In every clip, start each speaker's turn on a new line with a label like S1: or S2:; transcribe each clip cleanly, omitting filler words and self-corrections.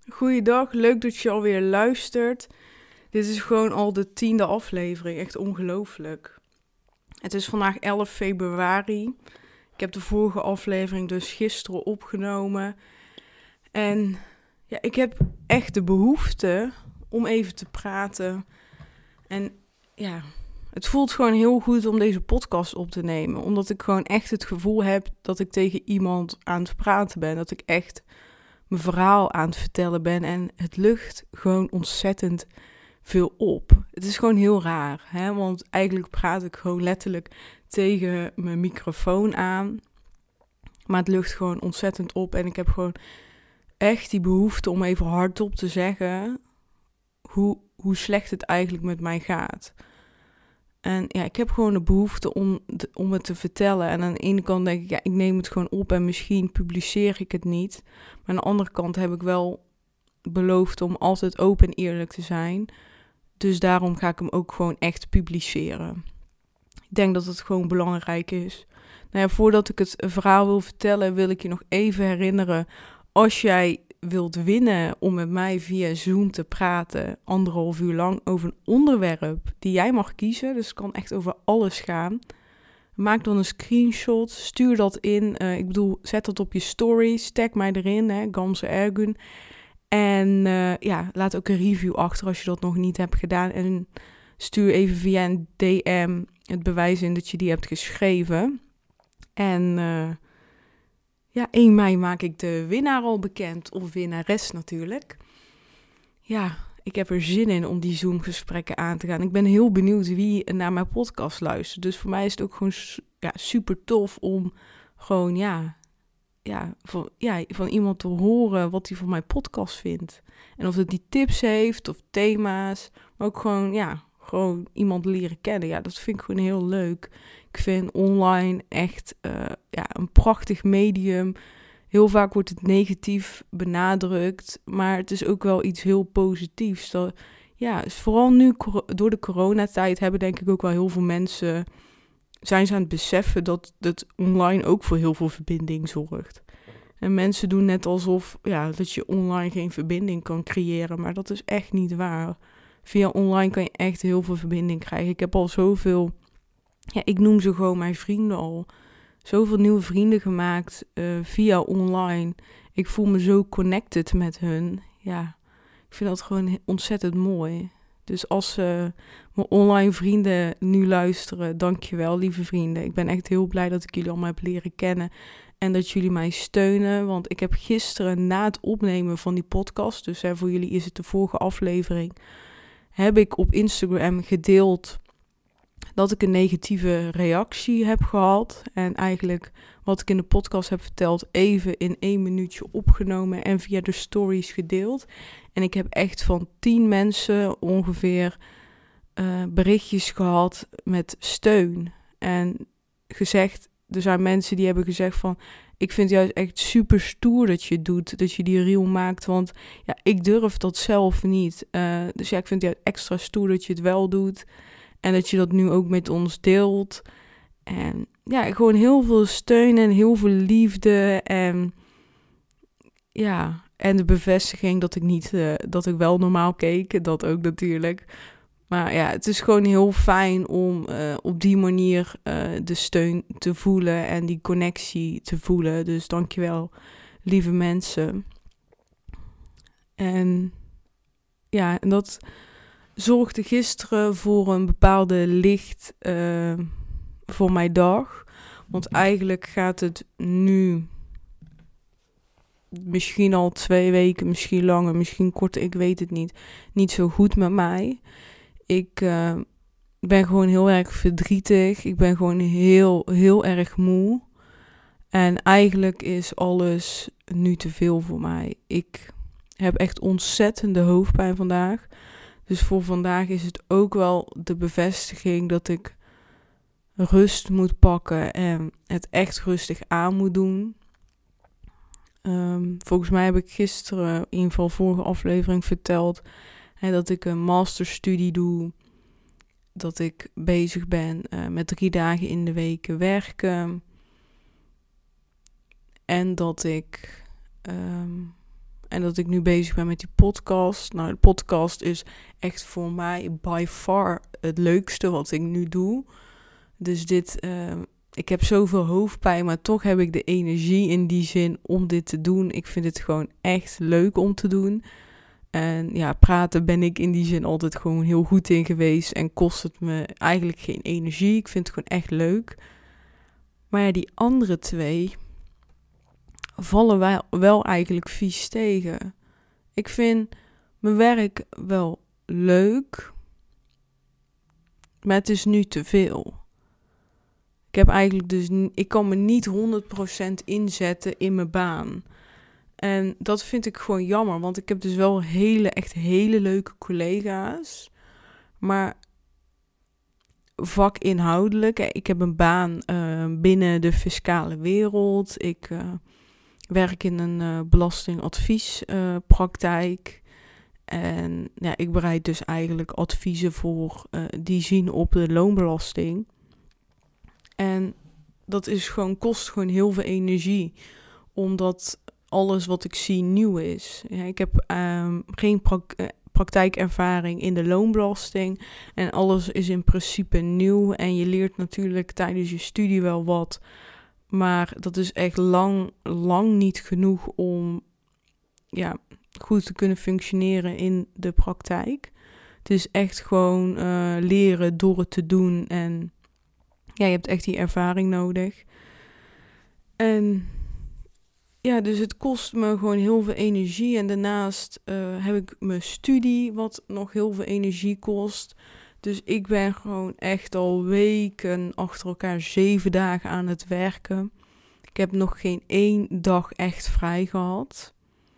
S1: Goeiedag, leuk dat je alweer luistert. Dit is gewoon al de 10e aflevering, echt ongelooflijk. Het is vandaag 11 februari. Ik heb de vorige aflevering dus gisteren opgenomen. En ja, ik heb echt de behoefte om even te praten. En ja, het voelt gewoon heel goed om deze podcast op te nemen. Omdat ik gewoon echt het gevoel heb dat ik tegen iemand aan het praten ben. Dat ik echt mijn verhaal aan het vertellen ben. En het lucht gewoon ontzettend veel op. Het is gewoon heel raar, hè? Want eigenlijk praat ik gewoon letterlijk tegen mijn microfoon aan. Maar het lucht gewoon ontzettend op. En ik heb gewoon echt die behoefte om even hardop te zeggen hoe slecht het eigenlijk met mij gaat. En ja, ik heb gewoon de behoefte om het te vertellen. En aan de ene kant denk ik, ja, ik neem het gewoon op en misschien publiceer ik het niet. Maar aan de andere kant heb ik wel beloofd om altijd open en eerlijk te zijn. Dus daarom ga ik hem ook gewoon echt publiceren. Ik denk dat het gewoon belangrijk is. Nou ja, voordat ik het verhaal wil vertellen, wil ik je nog even herinneren. Als jij wilt winnen om met mij via Zoom te praten, 1,5 uur lang, over een onderwerp die jij mag kiezen. Dus het kan echt over alles gaan. Maak dan een screenshot, stuur dat in. Zet dat op je stories, tag mij erin, hè, Gamze Ergun. En laat ook een review achter als je dat nog niet hebt gedaan. En stuur even via een DM het bewijs in dat je die hebt geschreven. En 1 mei maak ik de winnaar al bekend. Of winnares natuurlijk. Ja, ik heb er zin in om die Zoom-gesprekken aan te gaan. Ik ben heel benieuwd wie naar mijn podcast luistert. Dus voor mij is het ook gewoon super tof om gewoon van iemand te horen wat hij van mijn podcast vindt. En of het die tips heeft of thema's. Maar ook gewoon iemand leren kennen. Ja, dat vind ik gewoon heel leuk. Ik vind online echt een prachtig medium. Heel vaak wordt het negatief benadrukt. Maar het is ook wel iets heel positiefs. Vooral nu door de coronatijd hebben denk ik ook wel heel veel mensen... zijn ze aan het beseffen dat het online ook voor heel veel verbinding zorgt. En mensen doen net alsof dat je online geen verbinding kan creëren. Maar dat is echt niet waar. Via online kan je echt heel veel verbinding krijgen. Ik heb al zoveel... ik noem ze gewoon mijn vrienden al. Zoveel nieuwe vrienden gemaakt via online. Ik voel me zo connected met hun. Ja, ik vind dat gewoon ontzettend mooi. Dus als mijn online vrienden nu luisteren, dankjewel lieve vrienden. Ik ben echt heel blij dat ik jullie allemaal heb leren kennen. En dat jullie mij steunen. Want ik heb gisteren na het opnemen van die podcast, dus voor jullie is het de vorige aflevering, heb ik op Instagram gedeeld dat ik een negatieve reactie heb gehad. En eigenlijk wat ik in de podcast heb verteld even in 1 minuutje opgenomen en via de stories gedeeld. En ik heb echt van 10 mensen ongeveer berichtjes gehad met steun. En er zijn mensen die hebben gezegd van... ik vind het juist echt super stoer dat je het doet, dat je die reel maakt. Want ik durf dat zelf niet. Dus ik vind het juist extra stoer dat je het wel doet. En dat je dat nu ook met ons deelt. En gewoon heel veel steun en heel veel liefde. En en de bevestiging dat ik niet, dat ik wel normaal keek. Dat ook natuurlijk. Maar het is gewoon heel fijn om op die manier de steun te voelen en die connectie te voelen. Dus dankjewel, lieve mensen. En en dat zorgde gisteren voor een bepaalde licht voor mijn dag. Want eigenlijk gaat het nu misschien al 2 weken, misschien langer, misschien korter, ik weet het niet zo goed met mij. Ik ben gewoon heel erg verdrietig. Ik ben gewoon heel, heel erg moe. En eigenlijk is alles nu te veel voor mij. Ik heb echt ontzettende hoofdpijn vandaag. Dus voor vandaag is het ook wel de bevestiging dat ik rust moet pakken en het echt rustig aan moet doen. Volgens mij heb ik gisteren, in ieder geval vorige aflevering, verteld dat ik een masterstudie doe. Dat ik bezig ben met 3 dagen in de week werken. En dat ik En dat ik nu bezig ben met die podcast. Nou, de podcast is echt voor mij by far het leukste wat ik nu doe. Dus ik heb zoveel hoofdpijn, maar toch heb ik de energie in die zin om dit te doen. Ik vind het gewoon echt leuk om te doen. En ja, praten ben ik in die zin altijd gewoon heel goed in geweest. En kost het me eigenlijk geen energie. Ik vind het gewoon echt leuk. Maar ja, die andere 2 vallen wel eigenlijk vies tegen. Ik vind mijn werk wel leuk. Maar het is nu te veel. Ik heb eigenlijk ik kan me niet 100% inzetten in mijn baan. En dat vind ik gewoon jammer, want ik heb dus wel echt hele leuke collega's. Maar vakinhoudelijk, ik heb een baan binnen de fiscale wereld. Ik werk in een belastingadviespraktijk. En ja, ik bereid dus eigenlijk adviezen voor die zien op de loonbelasting. En dat kost gewoon heel veel energie, omdat alles wat ik zie nieuw is. Ja, ik heb geen praktijkervaring in de loonbelasting en alles is in principe nieuw. En je leert natuurlijk tijdens je studie wel wat, maar dat is echt lang niet genoeg om goed te kunnen functioneren in de praktijk. Het is echt gewoon leren door het te doen en ja, je hebt echt die ervaring nodig. En ja, dus het kost me gewoon heel veel energie. En daarnaast heb ik mijn studie, wat nog heel veel energie kost. Dus ik ben gewoon echt al weken achter elkaar 7 dagen aan het werken. Ik heb nog geen 1 dag echt vrij gehad.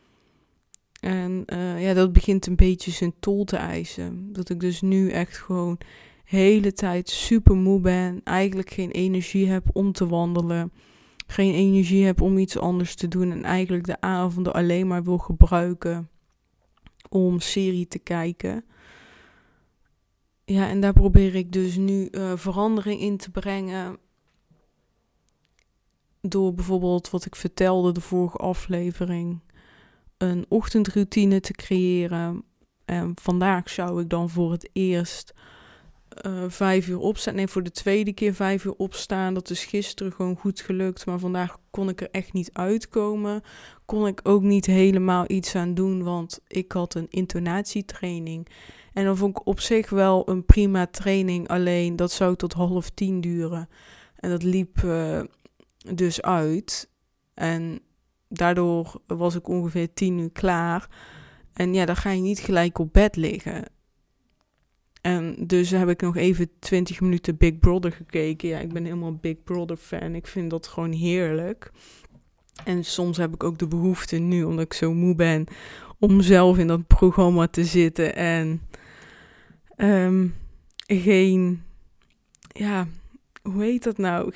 S1: En dat begint een beetje zijn tol te eisen. Dat ik dus nu echt gewoon de hele tijd super moe ben. Eigenlijk geen energie heb om te wandelen. Geen energie heb om iets anders te doen. En eigenlijk de avonden alleen maar wil gebruiken om serie te kijken. Ja, en daar probeer ik dus nu verandering in te brengen. Door bijvoorbeeld wat ik vertelde de vorige aflevering. Een ochtendroutine te creëren. En vandaag zou ik dan voor het eerst 5 uur opstaan. Nee, voor de tweede keer 5 uur opstaan. Dat is gisteren gewoon goed gelukt. Maar vandaag kon ik er echt niet uitkomen. Kon ik ook niet helemaal iets aan doen. Want ik had een intonatietraining. En dan vond ik op zich wel een prima training. Alleen dat zou tot 9:30 duren. En dat liep dus uit. En daardoor was ik ongeveer 10 uur klaar. En ja, dan ga je niet gelijk op bed liggen. En dus heb ik nog even 20 minuten Big Brother gekeken. Ja, ik ben helemaal Big Brother fan. Ik vind dat gewoon heerlijk. En soms heb ik ook de behoefte nu, omdat ik zo moe ben, om zelf in dat programma te zitten. En hoe heet dat nou?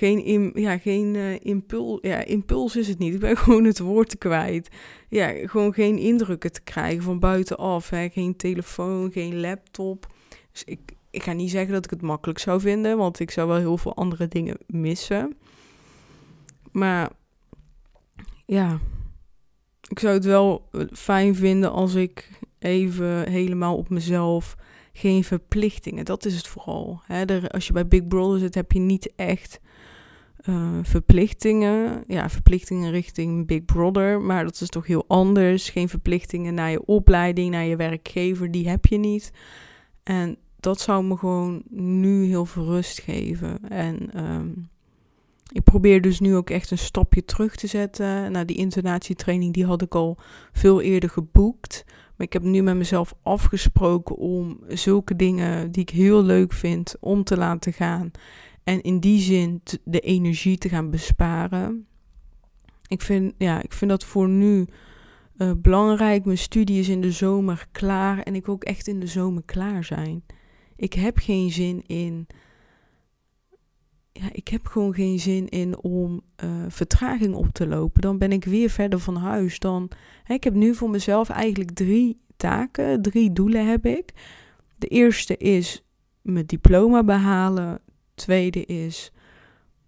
S1: Impuls is het niet. Ik ben gewoon het woord kwijt. Ja, gewoon geen indrukken te krijgen van buitenaf. Hè? Geen telefoon, geen laptop. Dus ik ga niet zeggen dat ik het makkelijk zou vinden, want ik zou wel heel veel andere dingen missen. Maar ja, ik zou het wel fijn vinden als ik even helemaal op mezelf, geen verplichtingen. Dat is het vooral. Hè? Als je bij Big Brother zit, heb je niet echt verplichtingen. Ja, verplichtingen richting Big Brother, maar dat is toch heel anders. Geen verplichtingen naar je opleiding, naar je werkgever, die heb je niet. En dat zou me gewoon nu heel veel rust geven. En ik probeer dus nu ook echt een stapje terug te zetten. Nou, die intonatietraining, die had ik al veel eerder geboekt. Maar ik heb nu met mezelf afgesproken om zulke dingen die ik heel leuk vind, om te laten gaan. En in die zin de energie te gaan besparen. Ik vind dat voor nu belangrijk. Mijn studie is in de zomer klaar. En ik wil ook echt in de zomer klaar zijn. Ik heb geen zin in. Ja, ik heb gewoon geen zin in om vertraging op te lopen. Dan ben ik weer verder van huis. Ik heb nu voor mezelf eigenlijk 3 taken. 3 doelen heb ik. De eerste is mijn diploma behalen. Tweede is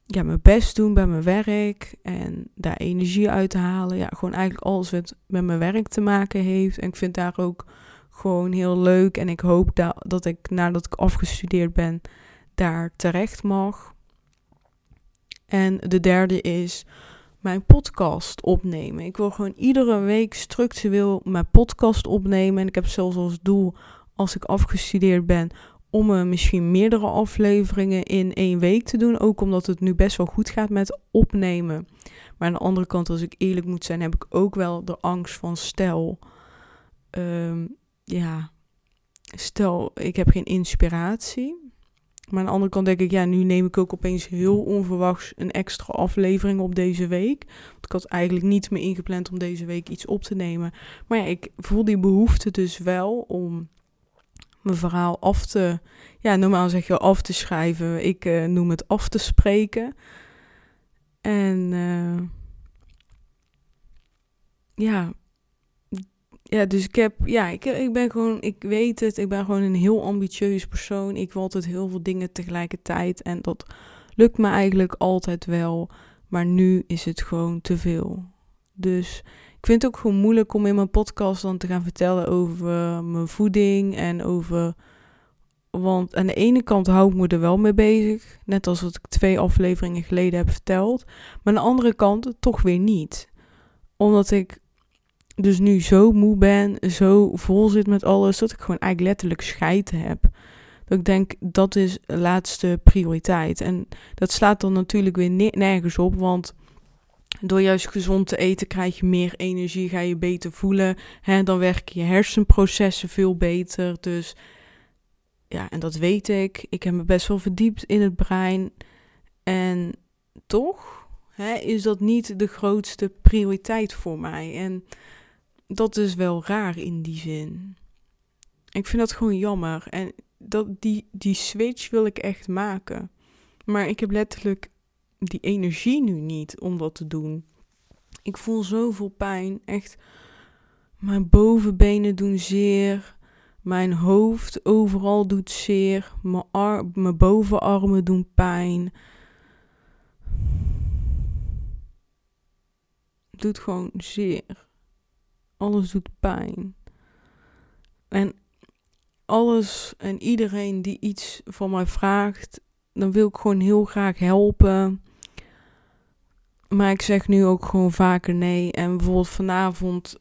S1: mijn best doen bij mijn werk en daar energie uit te halen. Ja, gewoon eigenlijk alles wat met mijn werk te maken heeft. En ik vind daar ook gewoon heel leuk. En ik hoop dat ik, nadat ik afgestudeerd ben, daar terecht mag. En de derde is mijn podcast opnemen. Ik wil gewoon iedere week structureel mijn podcast opnemen. En ik heb zelfs als doel, als ik afgestudeerd ben, om misschien meerdere afleveringen in 1 week te doen. Ook omdat het nu best wel goed gaat met opnemen. Maar aan de andere kant, als ik eerlijk moet zijn, heb ik ook wel de angst van stel, ik heb geen inspiratie. Maar aan de andere kant denk ik, nu neem ik ook opeens heel onverwachts een extra aflevering op deze week. Want ik had eigenlijk niet meer ingepland om deze week iets op te nemen. Maar ik voel die behoefte dus wel om mijn verhaal normaal zeg je af te schrijven. Ik noem het af te spreken. En dus ik ben gewoon, ik weet het, ik ben gewoon een heel ambitieus persoon. Ik wil altijd heel veel dingen tegelijkertijd en dat lukt me eigenlijk altijd wel. Maar nu is het gewoon te veel. Dus ik vind het ook gewoon moeilijk om in mijn podcast dan te gaan vertellen over mijn voeding en want aan de ene kant hou ik me er wel mee bezig. Net als wat ik 2 afleveringen geleden heb verteld. Maar aan de andere kant toch weer niet. Omdat ik dus nu zo moe ben, zo vol zit met alles, dat ik gewoon eigenlijk letterlijk scheid heb. Dat ik denk, dat is de laatste prioriteit. En dat slaat dan natuurlijk weer nergens op, want door juist gezond te eten krijg je meer energie, ga je beter voelen. Dan werken je hersenprocessen veel beter. Dus en dat weet ik. Ik heb me best wel verdiept in het brein. En toch is dat niet de grootste prioriteit voor mij. En dat is wel raar in die zin. Ik vind dat gewoon jammer. En die switch wil ik echt maken. Maar ik heb letterlijk die energie nu niet om dat te doen. Ik voel zoveel pijn. Echt, mijn bovenbenen doen zeer. Mijn hoofd overal doet zeer. Mijn bovenarmen doen pijn. Het doet gewoon zeer. Alles doet pijn. En alles en iedereen die iets van mij vraagt, dan wil ik gewoon heel graag helpen. Maar ik zeg nu ook gewoon vaker nee. En bijvoorbeeld vanavond,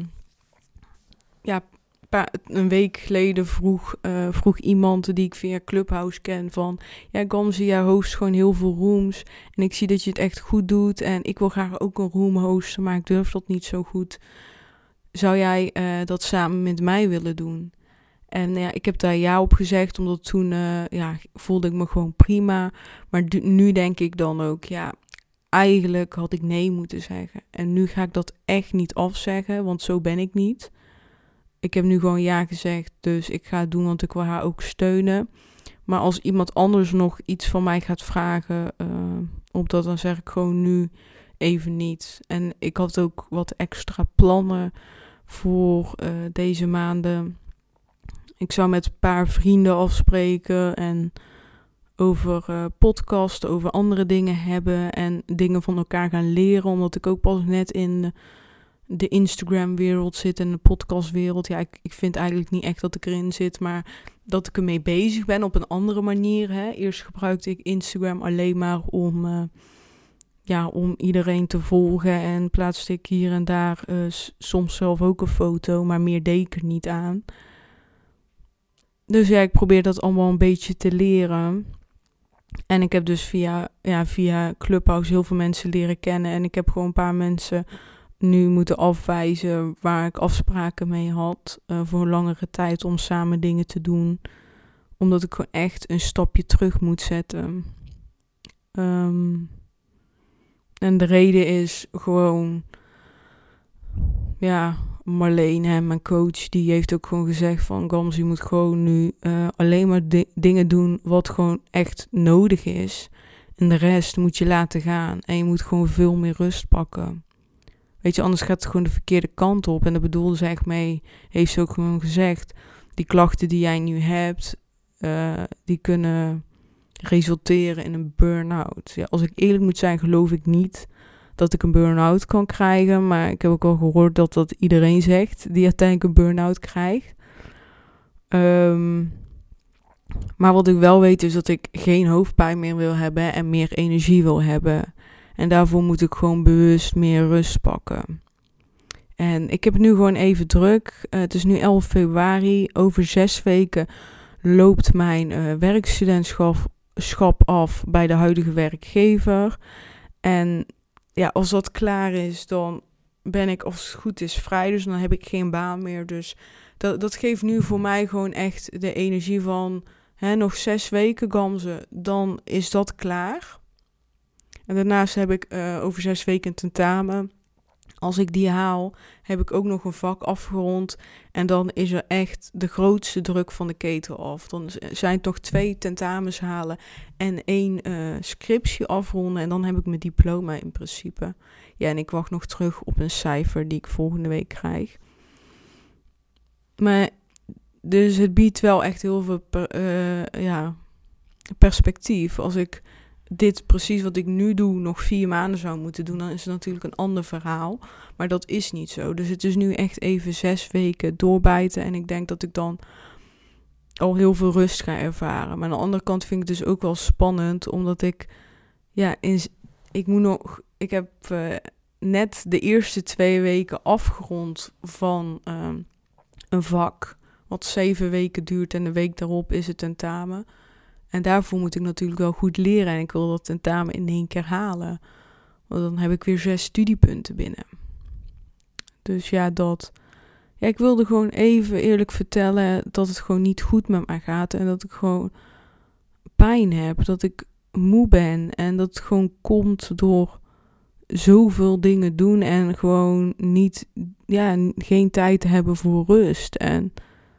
S1: een week geleden vroeg iemand die ik via Clubhouse ken van, Gamze, jij host gewoon heel veel rooms en ik zie dat je het echt goed doet en ik wil graag ook een room hosten, maar ik durf dat niet zo goed. Zou jij dat samen met mij willen doen? En ik heb daar ja op gezegd, omdat toen voelde ik me gewoon prima. Maar nu denk ik dan ook, eigenlijk had ik nee moeten zeggen. En nu ga ik dat echt niet afzeggen, want zo ben ik niet. Ik heb nu gewoon ja gezegd, dus ik ga het doen, want ik wil haar ook steunen. Maar als iemand anders nog iets van mij gaat vragen, dan zeg ik gewoon nu even niet. En ik had ook wat extra plannen voor deze maanden. Ik zou met een paar vrienden afspreken en over podcasten, over andere dingen hebben en dingen van elkaar gaan leren. Omdat ik ook pas net in de Instagram-wereld zit en de podcastwereld. Ik vind eigenlijk niet echt dat ik erin zit, maar dat ik ermee bezig ben op een andere manier. Eerst gebruikte ik Instagram alleen maar om iedereen te volgen en plaatste ik hier en daar soms zelf ook een foto, maar meer deed ik er niet aan. Dus ik probeer dat allemaal een beetje te leren. En ik heb dus via Clubhouse heel veel mensen leren kennen. En ik heb gewoon een paar mensen nu moeten afwijzen waar ik afspraken mee had voor een langere tijd om samen dingen te doen. Omdat ik gewoon echt een stapje terug moet zetten. En de reden is gewoon, Marleen, mijn coach, die heeft ook gewoon gezegd van, Gamze, je moet gewoon nu alleen maar dingen doen wat gewoon echt nodig is. En de rest moet je laten gaan. En je moet gewoon veel meer rust pakken. Weet je, anders gaat het gewoon de verkeerde kant op. En daar bedoelde ze echt mee, heeft ze ook gewoon gezegd, die klachten die jij nu hebt, die kunnen resulteren in een burn-out. Ja, als ik eerlijk moet zijn, geloof ik niet dat ik een burn-out kan krijgen. Maar ik heb ook al gehoord dat iedereen zegt die uiteindelijk een burn-out krijgt. Maar wat ik wel weet is dat ik geen hoofdpijn meer wil hebben en meer energie wil hebben. En daarvoor moet ik gewoon bewust meer rust pakken. En ik heb het nu gewoon even druk. Het is nu 11 februari. Over 6 weken loopt mijn werkstudentschap af bij de huidige werkgever. En ja, als dat klaar is, dan ben ik als het goed is vrij. Dus dan heb ik geen baan meer. Dus dat geeft nu voor mij gewoon echt de energie van nog 6 weken gamzen. Dan is dat klaar. En daarnaast heb ik over 6 weken een tentamen. Als ik die haal, heb ik ook nog een vak afgerond. En dan is er echt de grootste druk van de ketel af. Dan zijn toch 2 tentamens halen en 1 scriptie afronden. En dan heb ik mijn diploma in principe. Ja, en ik wacht nog terug op een cijfer die ik volgende week krijg. Maar dus het biedt wel echt heel veel perspectief. Als ik dit precies wat ik nu doe nog 4 maanden zou moeten doen, dan is het natuurlijk een ander verhaal. Maar dat is niet zo. Dus het is nu echt even 6 weken doorbijten. En ik denk dat ik dan al heel veel rust ga ervaren. Maar aan de andere kant vind ik het dus ook wel spannend. Omdat ik ik heb net de eerste 2 weken afgerond van een vak. Wat 7 weken duurt en de week daarop is het tentamen. En daarvoor moet ik natuurlijk wel goed leren. En ik wil dat tentamen in 1 keer halen. Want dan heb ik weer 6 studiepunten binnen. Dus ja, ik wilde gewoon even eerlijk vertellen dat het gewoon niet goed met mij gaat. En dat ik gewoon pijn heb. Dat ik moe ben. En dat het gewoon komt door zoveel dingen doen. En gewoon geen tijd hebben voor rust. En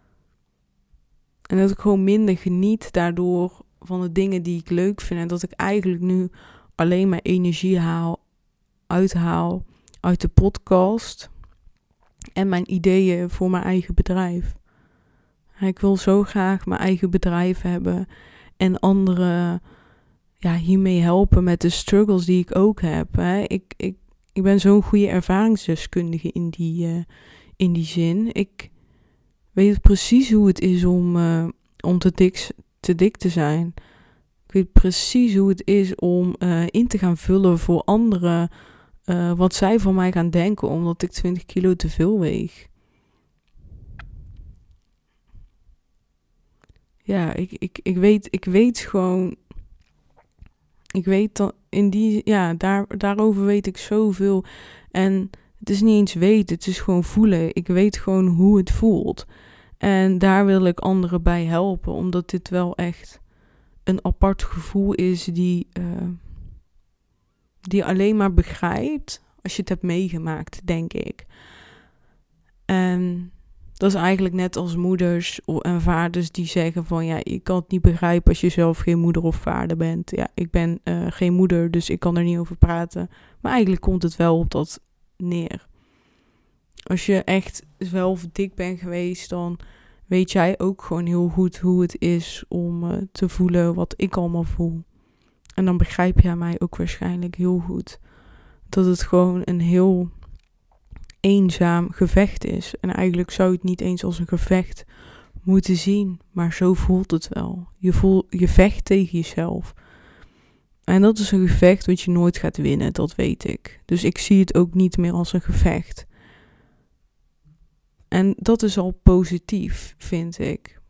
S1: dat ik gewoon minder geniet daardoor van de dingen die ik leuk vind. En dat ik eigenlijk nu alleen maar energie uithaal uit de podcast. En mijn ideeën voor mijn eigen bedrijf. Ik wil zo graag mijn eigen bedrijf hebben. En anderen hiermee helpen met de struggles die ik ook heb. Ik ben zo'n goede ervaringsdeskundige in die zin. Ik weet precies hoe het is om te dik te zijn. Ik weet precies hoe het is om in te gaan vullen voor anderen wat zij van mij gaan denken omdat ik 20 kilo te veel weeg. Ja, ik weet gewoon. Ik weet dat daarover weet ik zoveel. En het is niet eens weten, het is gewoon voelen. Ik weet gewoon hoe het voelt. En daar wil ik anderen bij helpen, omdat dit wel echt een apart gevoel is die alleen maar begrijpt als je het hebt meegemaakt, denk ik. En dat is eigenlijk net als moeders en vaders die zeggen van je kan het niet begrijpen als je zelf geen moeder of vader bent. Ja, ik ben geen moeder, dus ik kan er niet over praten. Maar eigenlijk komt het wel op dat neer. Als je echt zelf dik bent geweest, dan weet jij ook gewoon heel goed hoe het is om te voelen wat ik allemaal voel. En dan begrijp jij mij ook waarschijnlijk heel goed. Dat het gewoon een heel eenzaam gevecht is. En eigenlijk zou je het niet eens als een gevecht moeten zien. Maar zo voelt het wel. Je vecht tegen jezelf. En dat is een gevecht wat je nooit gaat winnen, dat weet ik. Dus ik zie het ook niet meer als een gevecht. En dat is al positief, vind ik.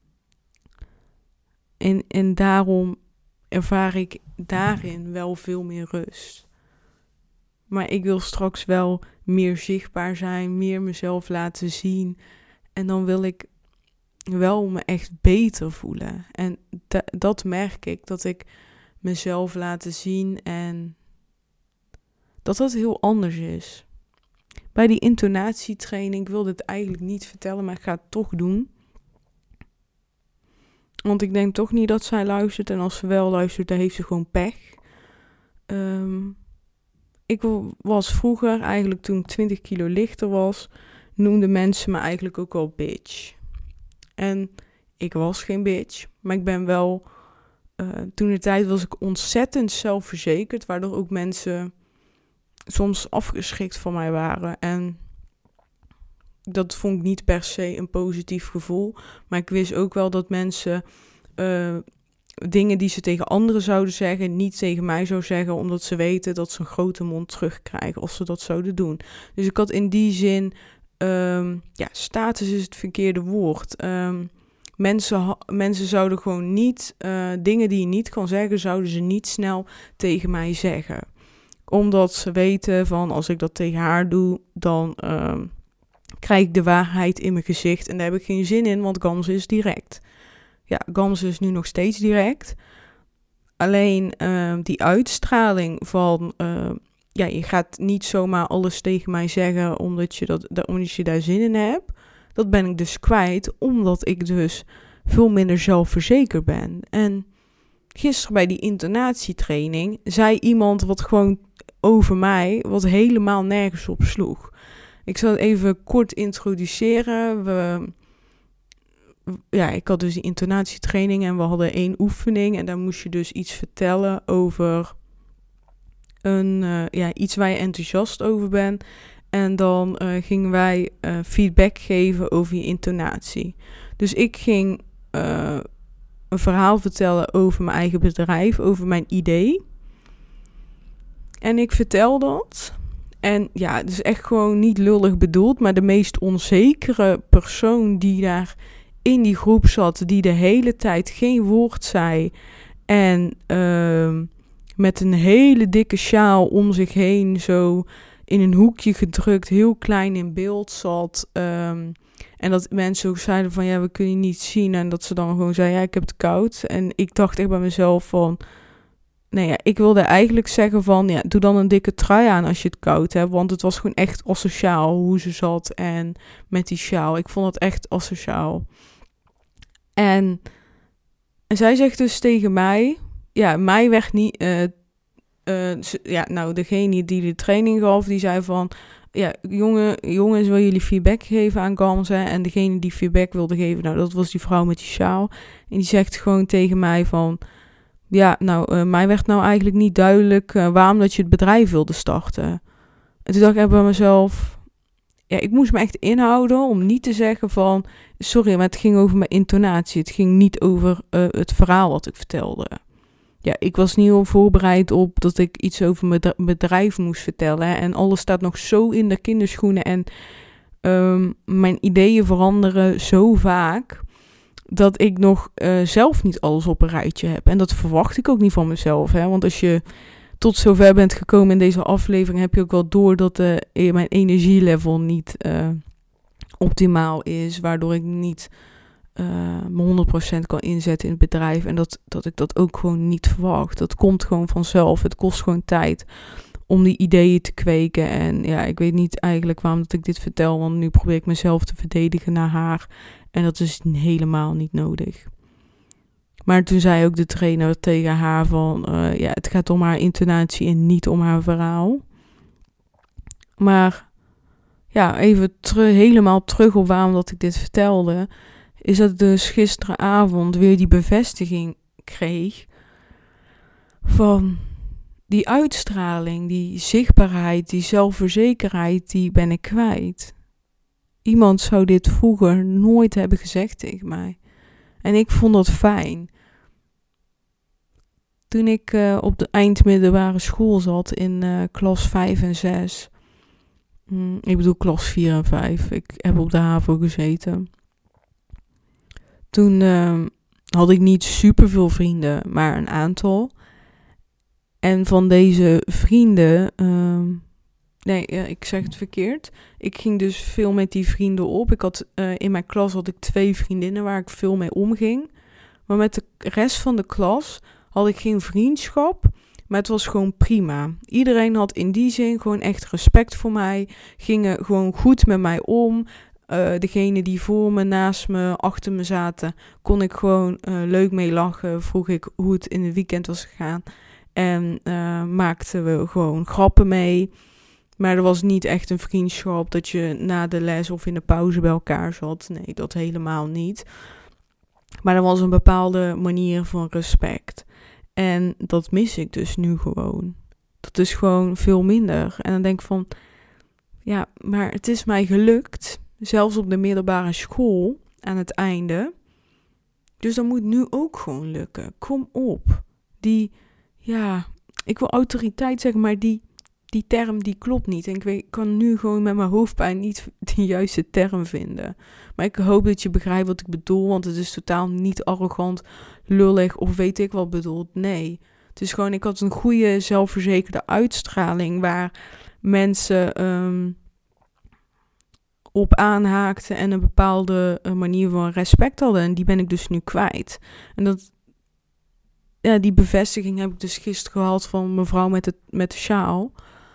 S1: En daarom ervaar ik daarin wel veel meer rust. Maar ik wil straks wel meer zichtbaar zijn, meer mezelf laten zien. En dan wil ik wel me echt beter voelen. En dat merk ik, dat ik mezelf laten zien en dat heel anders is. Bij die intonatietraining, ik wilde het eigenlijk niet vertellen, maar ik ga het toch doen. Want ik denk toch niet dat zij luistert. En als ze wel luistert, dan heeft ze gewoon pech. Ik was vroeger, eigenlijk toen ik 20 kilo lichter was, noemden mensen me eigenlijk ook wel bitch. En ik was geen bitch, maar ik ben wel Toen de tijd was ik ontzettend zelfverzekerd, waardoor ook mensen soms afgeschrikt van mij waren. En dat vond ik niet per se een positief gevoel. Maar ik wist ook wel dat mensen dingen die ze tegen anderen zouden zeggen, niet tegen mij zou zeggen, omdat ze weten dat ze een grote mond terugkrijgen als ze dat zouden doen. Dus ik had in die zin, status is het verkeerde woord. Mensen zouden gewoon niet, dingen die je niet kan zeggen, zouden ze niet snel tegen mij zeggen. Omdat ze weten van, als ik dat tegen haar doe, dan krijg ik de waarheid in mijn gezicht. En daar heb ik geen zin in, want Gamze is direct. Ja, Gamze is nu nog steeds direct. Alleen die uitstraling van, je gaat niet zomaar alles tegen mij zeggen omdat je daar zin in hebt. Dat ben ik dus kwijt, omdat ik dus veel minder zelfverzekerd ben. En gisteren bij die intonatietraining zei iemand wat gewoon over mij, wat helemaal nergens op sloeg. Ik zal het even kort introduceren. Ik had dus die intonatietraining en we hadden 1 oefening. En daar moest je dus iets vertellen over iets waar je enthousiast over bent. En dan gingen wij feedback geven over je intonatie. Dus ik ging een verhaal vertellen over mijn eigen bedrijf, over mijn idee. En ik vertel dat. En ja, het is echt gewoon niet lullig bedoeld, maar de meest onzekere persoon die daar in die groep zat, die de hele tijd geen woord zei en met een hele dikke sjaal om zich heen zo in een hoekje gedrukt, heel klein in beeld zat. En dat mensen ook zeiden van, ja, we kunnen je niet zien. En dat ze dan gewoon zei, ja, ik heb het koud. En ik dacht echt bij mezelf van, ik wilde eigenlijk zeggen van, ja, doe dan een dikke trui aan als je het koud hebt. Want het was gewoon echt asociaal hoe ze zat en met die sjaal. Ik vond het echt asociaal. En zij zegt dus tegen mij, ja, mij werd niet, degene die de training gaf, die zei van, ja, jongens, wil jullie feedback geven aan Gamze? En degene die feedback wilde geven, dat was die vrouw met die sjaal. En die zegt gewoon tegen mij van, ja, mij werd eigenlijk niet duidelijk waarom dat je het bedrijf wilde starten. En toen dacht ik bij mezelf, ja, ik moest me echt inhouden om niet te zeggen van, sorry, maar het ging over mijn intonatie. Het ging niet over het verhaal wat ik vertelde. Ja, ik was niet al voorbereid op dat ik iets over mijn bedrijf moest vertellen. En alles staat nog zo in de kinderschoenen. En mijn ideeën veranderen zo vaak dat ik nog zelf niet alles op een rijtje heb. En dat verwacht ik ook niet van mezelf. Hè? Want als je tot zover bent gekomen in deze aflevering, heb je ook wel door dat mijn energielevel niet optimaal is. Waardoor ik niet me 100% kan inzetten in het bedrijf. En dat ik dat ook gewoon niet verwacht. Dat komt gewoon vanzelf. Het kost gewoon tijd om die ideeën te kweken. En ja, ik weet niet eigenlijk waarom dat ik dit vertel. Want nu probeer ik mezelf te verdedigen naar haar. En dat is helemaal niet nodig. Maar toen zei ook de trainer tegen haar van, het gaat om haar intonatie en niet om haar verhaal. Maar ja, even helemaal terug op waarom dat ik dit vertelde, is dat ik dus gisteravond weer die bevestiging kreeg van die uitstraling, die zichtbaarheid, die zelfverzekerheid, die ben ik kwijt. Iemand zou dit vroeger nooit hebben gezegd tegen mij. En ik vond dat fijn. Toen ik op de eindmiddelbare school zat in klas 5 en 6. Ik bedoel klas 4 en 5. Ik heb op de HAVO gezeten. Toen had ik niet superveel vrienden, maar een aantal. En van deze vrienden, ik zeg het verkeerd. Ik ging dus veel met die vrienden op. In mijn klas had ik 2 vriendinnen waar ik veel mee omging. Maar met de rest van de klas had ik geen vriendschap, maar het was gewoon prima. Iedereen had in die zin gewoon echt respect voor mij, gingen gewoon goed met mij om. Degene die voor me, naast me, achter me zaten, kon ik gewoon leuk mee lachen. Vroeg ik hoe het in het weekend was gegaan. En maakten we gewoon grappen mee. Maar er was niet echt een vriendschap dat je na de les of in de pauze bij elkaar zat. Nee, dat helemaal niet. Maar er was een bepaalde manier van respect. En dat mis ik dus nu gewoon. Dat is gewoon veel minder. En dan denk ik van, ja, maar het is mij gelukt. Zelfs op de middelbare school aan het einde. Dus dat moet nu ook gewoon lukken. Kom op. Ik wil autoriteit zeggen, maar die term die klopt niet. En ik kan nu gewoon met mijn hoofdpijn niet de juiste term vinden. Maar ik hoop dat je begrijpt wat ik bedoel, want het is totaal niet arrogant, lullig of weet ik wat bedoeld. Nee, het is gewoon, ik had een goede zelfverzekerde uitstraling waar mensen op aanhaakten en een bepaalde manier van respect hadden. En die ben ik dus nu kwijt. En die bevestiging heb ik dus gisteren gehad van mevrouw met de sjaal.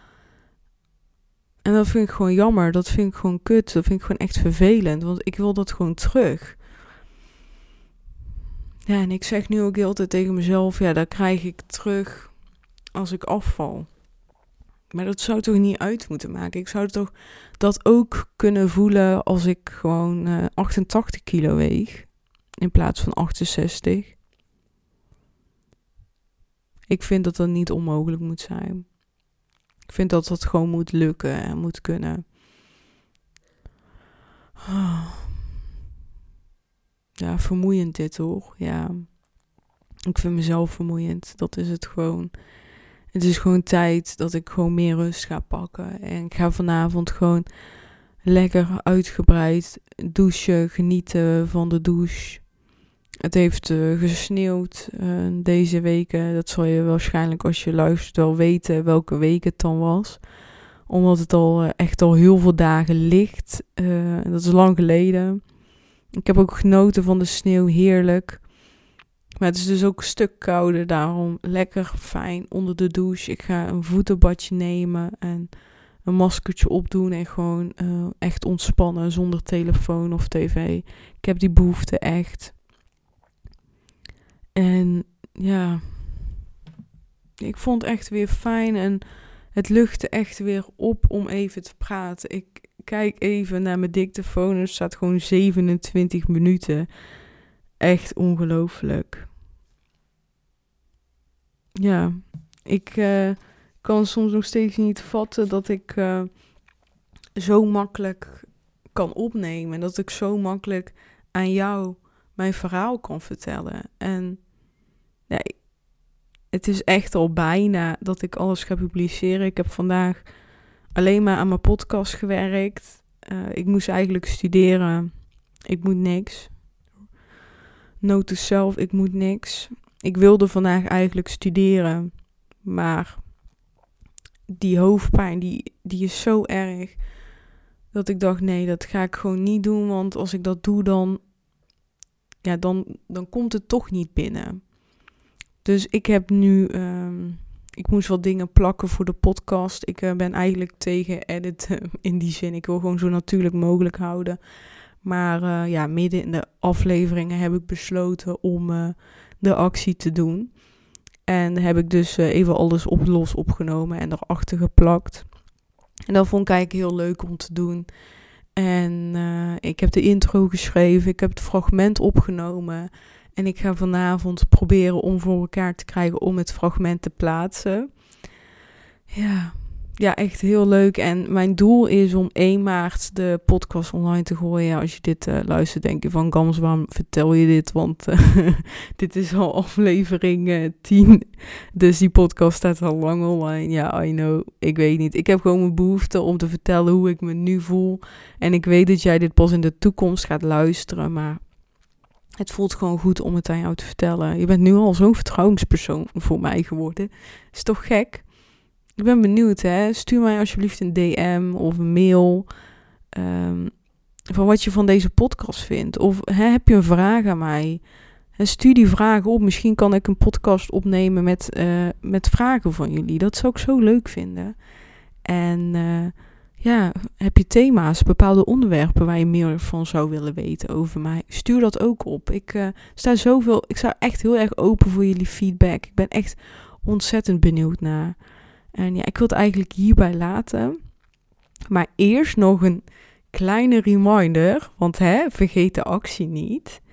S1: En dat vind ik gewoon jammer. Dat vind ik gewoon kut. Dat vind ik gewoon echt vervelend. Want ik wil dat gewoon terug. Ja, en ik zeg nu ook heel tijd tegen mezelf, ja, dat krijg ik terug als ik afval. Maar dat zou toch niet uit moeten maken? Ik zou toch dat ook kunnen voelen als ik gewoon 88 kilo weeg. In plaats van 68. Ik vind dat dat niet onmogelijk moet zijn. Ik vind dat dat gewoon moet lukken en moet kunnen. Ja, vermoeiend dit hoor. Ja, ik vind mezelf vermoeiend. Dat is het gewoon. Het is gewoon tijd dat ik gewoon meer rust ga pakken. En ik ga vanavond gewoon lekker uitgebreid douchen, genieten van de douche. Het heeft gesneeuwd deze weken. Dat zal je waarschijnlijk als je luistert wel weten welke week het dan was. Omdat het echt al heel veel dagen ligt. Dat is lang geleden. Ik heb ook genoten van de sneeuw, heerlijk. Maar het is dus ook een stuk kouder, daarom lekker fijn onder de douche. Ik ga een voetenbadje nemen en een maskertje opdoen en gewoon echt ontspannen zonder telefoon of tv. Ik heb die behoefte echt. En ja, ik vond het echt weer fijn en het luchtte echt weer op om even te praten. Ik kijk even naar mijn dictafoon, er staat gewoon 27 minuten. Echt ongelooflijk. Ja, ik kan soms nog steeds niet vatten dat ik zo makkelijk kan opnemen. En dat ik zo makkelijk aan jou mijn verhaal kan vertellen. En ja, het is echt al bijna dat ik alles ga publiceren. Ik heb vandaag alleen maar aan mijn podcast gewerkt. Ik moest eigenlijk studeren. Ik moet niks. Note to self, ik moet niks. Ik wilde vandaag eigenlijk studeren. Maar die hoofdpijn, die is zo erg. Dat ik dacht, nee, dat ga ik gewoon niet doen. Want als ik dat doe, dan komt het toch niet binnen. Dus ik heb nu... ik moest wat dingen plakken voor de podcast. Ik ben eigenlijk tegen editen in die zin. Ik wil gewoon zo natuurlijk mogelijk houden. Maar midden in de afleveringen heb ik besloten om de actie te doen. En heb ik dus even alles los opgenomen en erachter geplakt. En dat vond ik eigenlijk heel leuk om te doen. En ik heb de intro geschreven, ik heb het fragment opgenomen. En ik ga vanavond proberen om voor elkaar te krijgen om het fragment te plaatsen. Ja, echt heel leuk. En mijn doel is om 1 maart de podcast online te gooien. Als je dit luistert, denk je van Gams, waarom vertel je dit? Want dit is al aflevering 10. Dus die podcast staat al lang online. Ja, I know. Ik weet niet. Ik heb gewoon mijn behoefte om te vertellen hoe ik me nu voel. En ik weet dat jij dit pas in de toekomst gaat luisteren. Maar het voelt gewoon goed om het aan jou te vertellen. Je bent nu al zo'n vertrouwenspersoon voor mij geworden. Is toch gek? Ik ben benieuwd, hè. Stuur mij alsjeblieft een DM of een mail van wat je van deze podcast vindt. Of heb je een vraag aan mij? Stuur die vragen op. Misschien kan ik een podcast opnemen met vragen van jullie. Dat zou ik zo leuk vinden. En heb je thema's, bepaalde onderwerpen waar je meer van zou willen weten over mij? Stuur dat ook op. Ik sta echt heel erg open voor jullie feedback. Ik ben echt ontzettend benieuwd naar. En ja, ik wil het eigenlijk hierbij laten. Maar eerst nog een kleine reminder. Want vergeet de actie niet.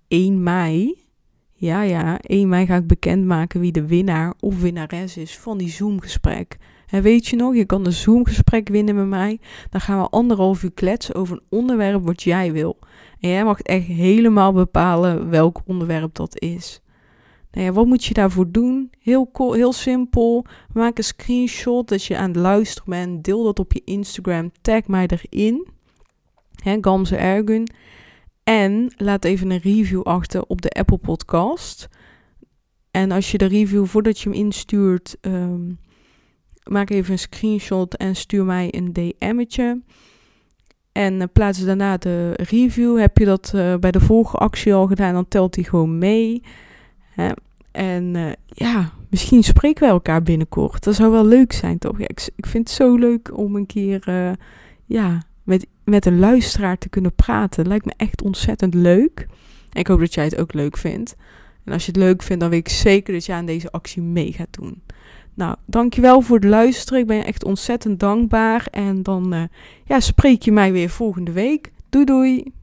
S1: 1 mei... Ja, 1 mei ga ik bekendmaken wie de winnaar of winnares is van die Zoom-gesprek. En weet je nog, je kan een Zoom-gesprek winnen met mij. Dan gaan we 1,5 uur kletsen over een onderwerp wat jij wil. En jij mag echt helemaal bepalen welk onderwerp dat is. Nou ja, wat moet je daarvoor doen? Heel simpel. Maak een screenshot dat je aan het luisteren bent. Deel dat op je Instagram. Tag mij erin. Gamze Ergun. En laat even een review achter op de Apple Podcast. En als je de review, voordat je hem instuurt, maak even een screenshot en stuur mij een DM'tje. En plaats daarna de review. Heb je dat bij de vorige actie al gedaan, dan telt die gewoon mee. En misschien spreken we elkaar binnenkort. Dat zou wel leuk zijn, toch? Ja, ik vind het zo leuk om een keer met een luisteraar te kunnen praten. Lijkt me echt ontzettend leuk. En ik hoop dat jij het ook leuk vindt. En als je het leuk vindt, dan weet ik zeker dat jij aan deze actie mee gaat doen. Nou, dankjewel voor het luisteren. Ik ben je echt ontzettend dankbaar. En dan spreek je mij weer volgende week. Doei doei!